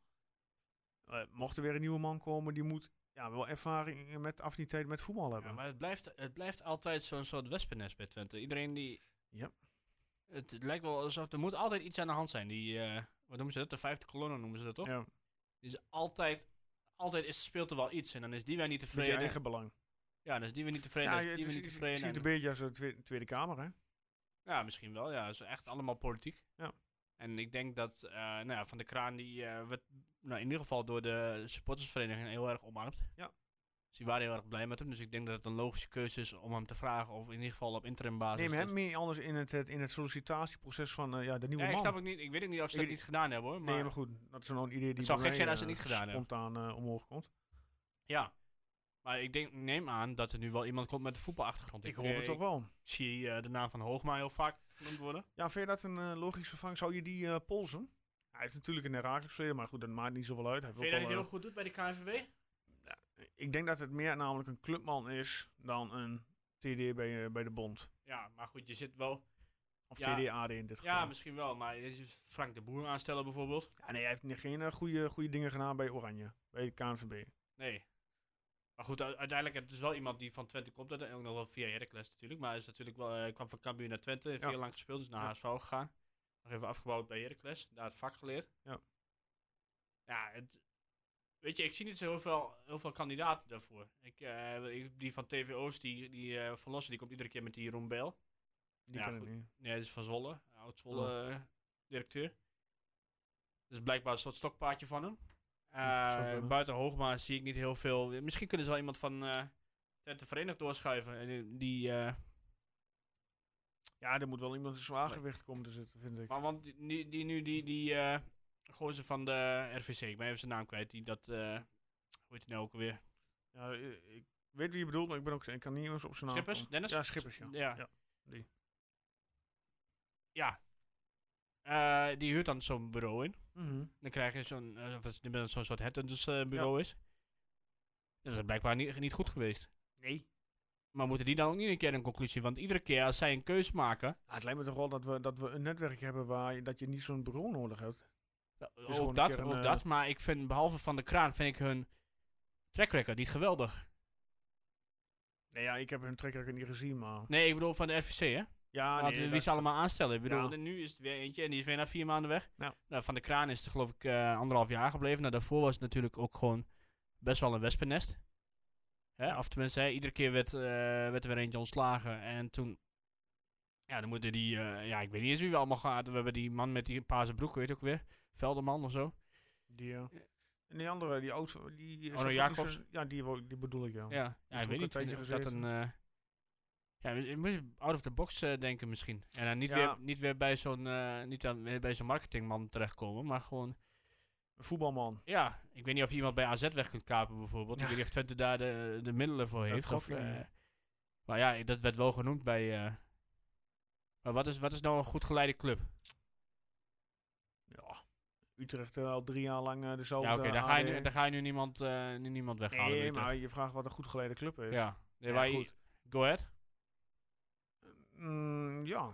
Mocht er weer een nieuwe man komen, die moet wel ervaring met affiniteit met voetbal hebben. Ja, maar het blijft altijd zo'n soort wespennest bij Twente. Iedereen die... Ja. Het lijkt wel alsof er moet altijd iets aan de hand zijn. Die, wat noemen ze dat? De vijfde kolonne noemen ze dat, toch? Ja. Die is altijd speelt er wel iets en dan is die weer niet tevreden. Met je eigen belang. Ja, dan is die weer niet tevreden. Ja, die weer niet tevreden. Je ziet het een beetje als een Tweede Kamer, hè? Ja, misschien wel. Ja, het is echt allemaal politiek. Ja. En ik denk dat Van der Kraan die werd in ieder geval door de supportersvereniging heel erg omarmd. Ja. Dus die waren heel erg blij met hem. Dus ik denk dat het een logische keuze is om hem te vragen of in ieder geval op interim basis. Neem hem mee anders in het sollicitatieproces van de nieuwe man. Ik snap ook niet. Ik weet ook niet of ze dat niet gedaan hebben, hoor. Maar goed. Dat is zo'n idee die het zou gek zijn als ze het niet gedaan hebben. Spontaan omhoog komt. Ja. Maar ik neem aan dat er nu wel iemand komt met een voetbalachtergrond. Ik hoop het toch wel. Ik zie de naam van Hoogma heel vaak genoemd worden. Ja, vind je dat een logisch vervang? Zou je die polsen? Hij heeft natuurlijk een Heracles verleden, maar goed, dat maakt niet zoveel uit. Vind je dat hij het heel goed doet bij de KNVB? Ja, ik denk dat het meer namelijk een clubman is dan een TD bij de bond. Ja, maar goed, je zit wel... Of TD-AD in dit geval. Ja, misschien wel, maar Frank de Boer aanstellen bijvoorbeeld. Ja, nee, hij heeft geen goede dingen gedaan bij Oranje, bij de KNVB. Nee. Maar goed, uiteindelijk het is wel iemand die van Twente komt. Dat ook nog wel via Heracles natuurlijk. Maar hij is natuurlijk wel, kwam van Cambuur naar Twente. Heeft heel lang gespeeld, is naar HSV gegaan. Nog even afgebouwd bij Heracles. Daar het vak geleerd. Ja. Ja, weet je, ik zie niet zo heel veel kandidaten daarvoor. Die van TV Oost, die Van Lossen, die komt iedere keer met die Jeroen Beel. Die ken ik niet. Nee, dat is van Zwolle. Oud-Zwolle directeur. Dus blijkbaar een soort stokpaardje van hem. Buiten Hoogma zie ik niet heel veel. Misschien kunnen ze wel iemand van Twente Verenigd doorschuiven. Ja, er moet wel iemand in zwaargewicht komen te zitten, vind ik. Maar want die gozer van de RVC, ik ben even zijn naam kwijt, die dat, hoe heet hij nou ook alweer? Ja, ik weet wie je bedoelt, maar ik kan niet eens op zijn naam Schippers? komen. Dennis? Ja, Schippers, ja. Ja. Die. Ja. Die huurt dan zo'n bureau in. Mm-hmm. Dan krijg je zo'n soort headhuntersbureau is. Dat is blijkbaar niet goed geweest. Nee. Maar moeten die dan ook niet een keer een conclusie? Want iedere keer als zij een keuze maken... Ja, het lijkt me toch wel dat we een netwerk hebben dat je niet zo'n bureau nodig hebt. Ook dat, maar ik vind, behalve Van der Kraan, vind ik hun track record niet geweldig. Nee, ja, ik heb hun track record niet gezien, maar... Nee, ik bedoel van de RVC, hè? Ja, nee, wie ze allemaal aanstellen. Ik bedoel, nu is het weer eentje en die is weer na 4 maanden weg. Ja. Nou, Van der Kraan is er geloof ik 1,5 jaar gebleven. Nou, daarvoor was het natuurlijk ook gewoon best wel een wespennest. Of tenminste, iedere keer werd er weer eentje ontslagen. En toen... Ja, dan moeten die... ik weet niet eens wie we allemaal gaan. We hebben die man met die paarse broek, weet je ook weer. Velderman of zo. En die andere, die oud... Die Ono Jacobs? Ja, die bedoel ik, ja. Ja, ik weet niet. tijdje Of dat gezeten. je moet out of the box denken misschien. En dan niet weer bij zo'n weer bij zo'n marketingman terechtkomen, maar gewoon... Een voetbalman. Ja, ik weet niet of je iemand bij AZ weg kunt kapen bijvoorbeeld. Ja. Ik weet niet of Twente daar de middelen voor heeft. geloof ik niet. Maar ja, dat werd wel genoemd bij... maar wat is nou een goed geleide club? Ja. Utrecht al 3 jaar lang dezelfde... Ja, oké, daar ga je nu niemand weghalen. Nee, maar je vraagt wat een goed geleide club is. Ja, Ja, waar je... goed. Go ahead. Ja.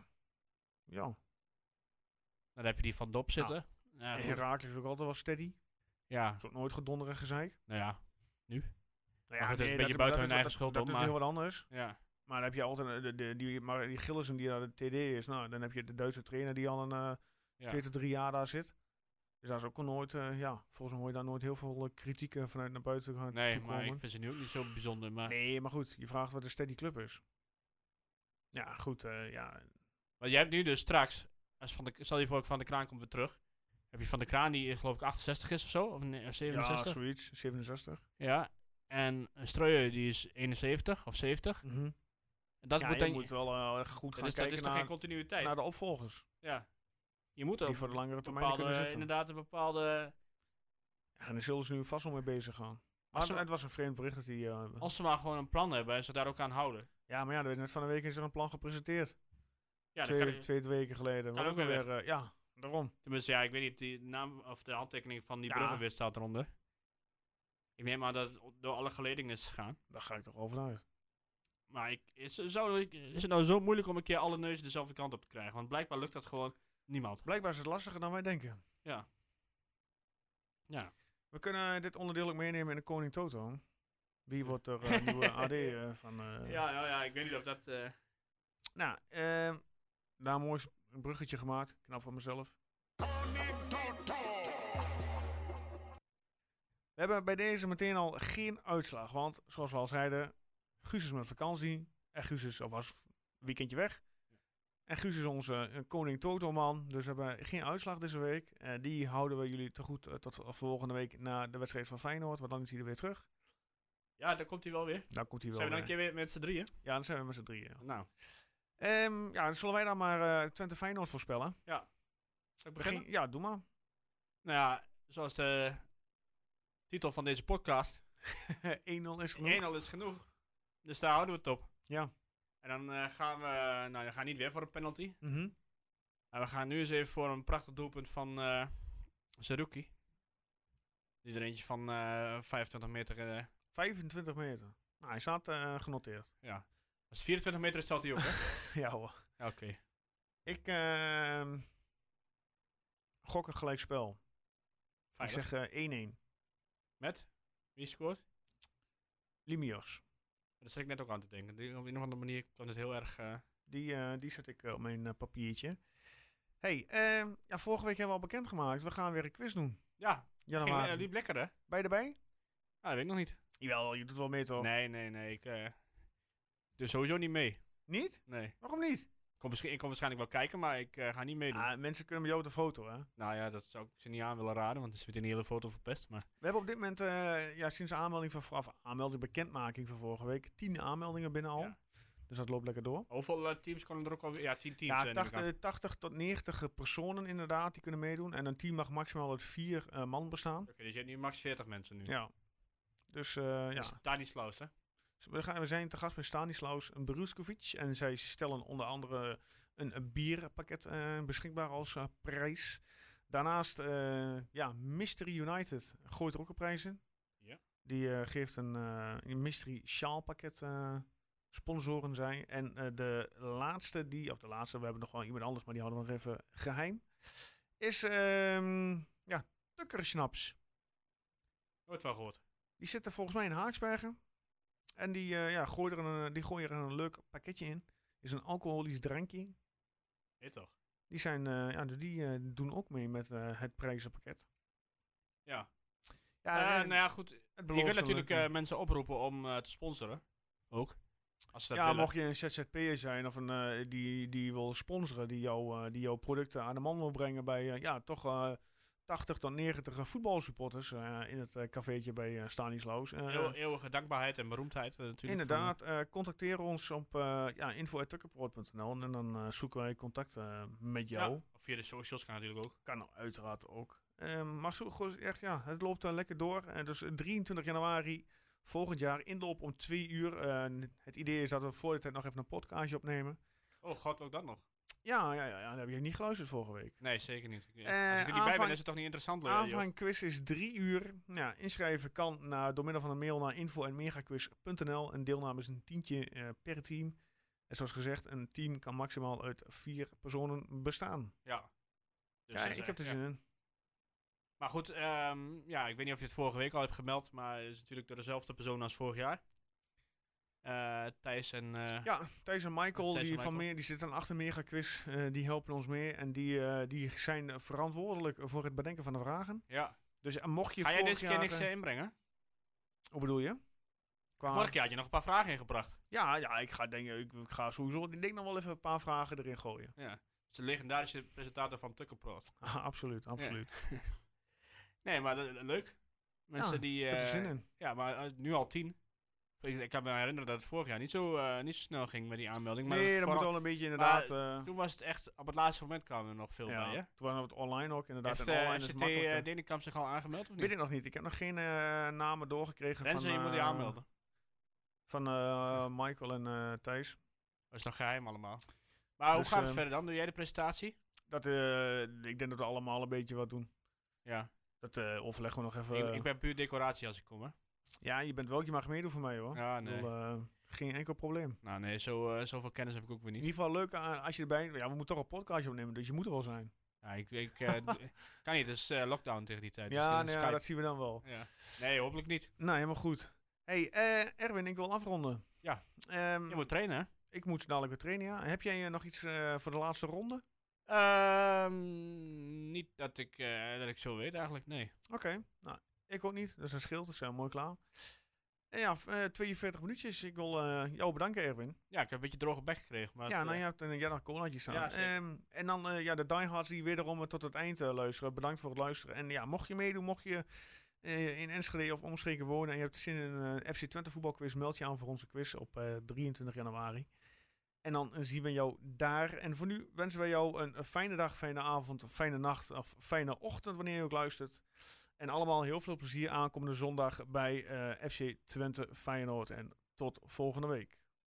Dan heb je die Van Dop zitten. Ja, goed. Herakles is ook altijd wel steady. Ja, Is ook nooit gedonderen gezeik. nou ja. Nou Maar goed, dat is een beetje buiten hun eigen schuld Dat om, is maar- heel wat anders. Ja. Maar dan heb je altijd die Gillissen die daar de TD is. Nou, dan heb je de Duitse trainer die al een 2 tot 3 jaar daar zit. Dus daar is ook nooit, volgens mij hoor je daar nooit heel veel kritiek vanuit naar buiten gaan Nee, toekomen. maar ik vind ze nu ook niet zo bijzonder. Maar Nee, maar goed, je vraagt wat een steady club is. Ja, goed, Maar jij hebt nu dus straks, stel je voor ik Van de Kraan komt weer terug. Heb je Van de Kraan die geloof ik 68 is of zo? Of 67? ja, zoiets, 67. Ja. En Streuer die is 71 of 70. Mhm. Dat Ja, moet je dan... moet wel goed gaan dat kijken is toch geen naar, continuïteit? naar de opvolgers. Ja. Je moet Die ook voor de langere termijn kunnen zitten. inderdaad een bepaalde... Ja, en daar zullen ze nu vast wel mee bezig gaan. Maar Als ze- het was een vreemd bericht dat hij... Als ze maar gewoon een plan hebben en ze daar ook aan houden. ja, maar ja, er werd net van de week is er een plan gepresenteerd. Ja, dan kan 2 weken geleden. kan Wat ook weer weer, ja, daarom. Tenminste, ja, ik weet niet, die naam of de handtekening van die Ja. Bruggenwit staat eronder. Ik neem aan dat het door alle geledingen is gegaan. Daar ga ik toch over uit. Maar is het nou zo moeilijk om een keer alle neuzen dezelfde kant op te krijgen? Want blijkbaar lukt dat gewoon niemand. Blijkbaar is het lastiger dan wij denken. Ja. Ja. We kunnen dit onderdeel ook meenemen in de Koning Toto. Wie wordt er nieuwe AD van... Ja, ik weet niet of dat... Nou, daar een mooi bruggetje gemaakt. Knap van mezelf. We hebben bij deze meteen al geen uitslag. Want, zoals we al zeiden, Guus is met vakantie. En Guus is alvast een weekendje weg. En Guus is onze Koning Toto-man. Dus we hebben geen uitslag deze week. Die houden we jullie te goed tot volgende week na de wedstrijd van Feyenoord. Want dan is hij er weer terug. Ja, daar komt hij wel weer. Daar komt hij wel Zijn we dan een weer. keer weer met z'n drieën? Ja, dan zijn we met z'n drieën. Ja. Nou, Dan zullen wij dan maar Twente Feyenoord voorspellen. zal ik beginnen? Ja, doe maar. Nou ja, zoals de titel van deze podcast. 1-0 is genoeg. 1-0 is genoeg. Dus daar houden we het op. Ja. En dan gaan we gaan niet weer voor een penalty. Mhm. En we gaan nu eens even voor een prachtig doelpunt van Zerouki. Die er eentje van 25 meter... 25 meter. Nou, hij staat genoteerd. ja. Als het 24 meter is, stelt hij op, hè? Ja hoor. Ja, oké. Ik gok een gelijkspel. Ik Veilig. zeg 1-1. Met? Wie scoort? Limios. Daar zat ik net ook aan te denken. Op een of andere manier kwam het heel erg... Die zet ik op mijn papiertje. Hey, vorige week hebben we al bekendgemaakt. We gaan weer een quiz doen. Ja, Januari. liep lekker, hè? Ben je erbij? Ah, dat weet ik nog niet. Jawel, je doet wel mee toch? Nee. Ik doe sowieso niet mee. Niet? Nee. Waarom niet? Ik kom waarschijnlijk wel kijken, maar ik ga niet meedoen. Mensen kunnen met jou op de foto, hè? Nou ja, dat zou ik ze niet aan willen raden, want het is weer een hele foto verpest. Maar We hebben op dit moment, sinds de bekendmaking van vorige week, 10 aanmeldingen binnen al. Ja. Dus dat loopt lekker door. hoeveel teams komen er ook alweer? Ja, 10 teams. Ja, neem ik aan. 80 tot 90 personen inderdaad, die kunnen meedoen. En een team mag maximaal uit 4 man bestaan. Oké, dus je hebt nu max 40 mensen nu. Ja. Dus Dat is Stanislaus, hè? we zijn te gast bij Stanislaus Beruskovic. En zij stellen onder andere een bierpakket beschikbaar als prijs. Daarnaast, Mystery United gooit er ook een prijs in. Ja. Die geeft een Mystery Sjaalpakket sponsoren zij. En de laatste, we hebben nog wel iemand anders, maar die houden we nog even geheim. Is, Tukkersnaps. Nooit wel gehoord. Die zitten volgens mij in Haaksbergen. En die gooien er een leuk pakketje in. Is een alcoholisch drankje. Heet toch? Die zijn, dus die doen ook mee met het prijzenpakket. Ja. Ja, Nou ja, goed. het Je belooft kunt wel natuurlijk leuk. mensen oproepen om te sponsoren. Ook. Als ze dat Ja, willen. mocht je een ZZP'er zijn of die wil sponsoren, die jouw producten aan de man wil brengen bij toch 80 tot 90 voetbalsupporters in het cafeetje bij Stanisloos. Eeuwige dankbaarheid en beroemdheid natuurlijk. Inderdaad, contacteer ons op info@tukkenproot.nl en dan zoeken wij contact met jou. Ja, of via de socials kan natuurlijk ook. Kan uiteraard ook. Maar echt, het loopt lekker door. Dus 23 januari volgend jaar inloop om 2 uur. Het idee is dat we voor de tijd nog even een podcastje opnemen. Oh god, ook dat nog? Ja, dat heb je niet geluisterd vorige week. Nee, zeker niet. Als ik er niet bij ben, is het toch niet interessant? Aanvangquiz is 3 uur. Ja, inschrijven kan door middel van een mail naar info@megaquiz.nl. Een deelname is een tientje per team. En zoals gezegd, een team kan maximaal uit 4 personen bestaan. Ja. Dus ik heb er zin in. Maar goed, ik weet niet of je het vorige week al hebt gemeld, maar het is natuurlijk door dezelfde persoon als vorig jaar. Thijs en... Thijs en Michael, die zitten achter Megaquiz. Die helpen ons mee en die zijn verantwoordelijk voor het bedenken van de vragen. Ja. Dus mocht je Ga jij deze keer niks inbrengen? Hoe bedoel je? Vorig jaar had je nog een paar vragen ingebracht. Ja, ik ga sowieso... Ik denk nog wel even een paar vragen erin gooien. Ja. Het is een legendarische presentator van Tukkenproot. Absoluut. Ja. Nee, maar leuk. Mensen die... ik heb er zin in. Ja, maar nu al 10. Ik kan me herinneren dat het vorig jaar niet zo snel ging met die aanmelding. Maar Nee, dat moet wel een beetje inderdaad... toen was het echt... Op het laatste moment kwamen er nog veel bij, hè? Toen waren we het online ook inderdaad. Heeft FCT Denenkamp zich al aangemeld of niet? Weet ik nog niet. Ik heb nog geen namen doorgekregen Renze, je moet die aanmelden. Van Michael en Thijs. Dat is nog geheim allemaal. Maar hoe gaat het verder dan? Doe jij de presentatie? Ik denk dat we allemaal een beetje wat doen. Ja. Dat overleggen we nog even. Ik ben puur decoratie als ik kom, hè? Ja, je mag meedoen voor mij, hoor. Ja, nee. Geen enkel probleem. Nou nee, zoveel kennis heb ik ook weer niet. In ieder geval leuk als je erbij... Ja, we moeten toch een podcastje opnemen, dus je moet er wel zijn. Ja, ik kan niet. Het is lockdown tegen die tijd. Ja, dus dat zien we dan wel. Ja. Nee, hopelijk niet. Nou, helemaal goed. Hey, Erwin, ik wil afronden. Ja, je moet trainen, hè? Ik moet dadelijk weer trainen, ja. Heb jij nog iets voor de laatste ronde? Niet dat ik zo weet eigenlijk, nee. Oké, nou, ik ook niet. Dat is een schild, dus mooi klaar. En ja, 42 minuutjes. Ik wil jou bedanken, Erwin. Ja, ik heb een beetje droge bek gekregen. Maar ja, je hebt nog colaatjes staan. Ja, en dan de diehards die wederom tot het eind luisteren. Bedankt voor het luisteren. En ja, mocht je meedoen, mocht je in Enschede of omstreken wonen en je hebt zin in een FC Twente voetbalquiz, meld je aan voor onze quiz op 23 januari. En dan zien we jou daar. En voor nu wensen wij jou een fijne dag, fijne avond, fijne nacht of fijne ochtend wanneer je ook luistert. En allemaal heel veel plezier aankomende zondag bij FC Twente Feyenoord. En tot volgende week.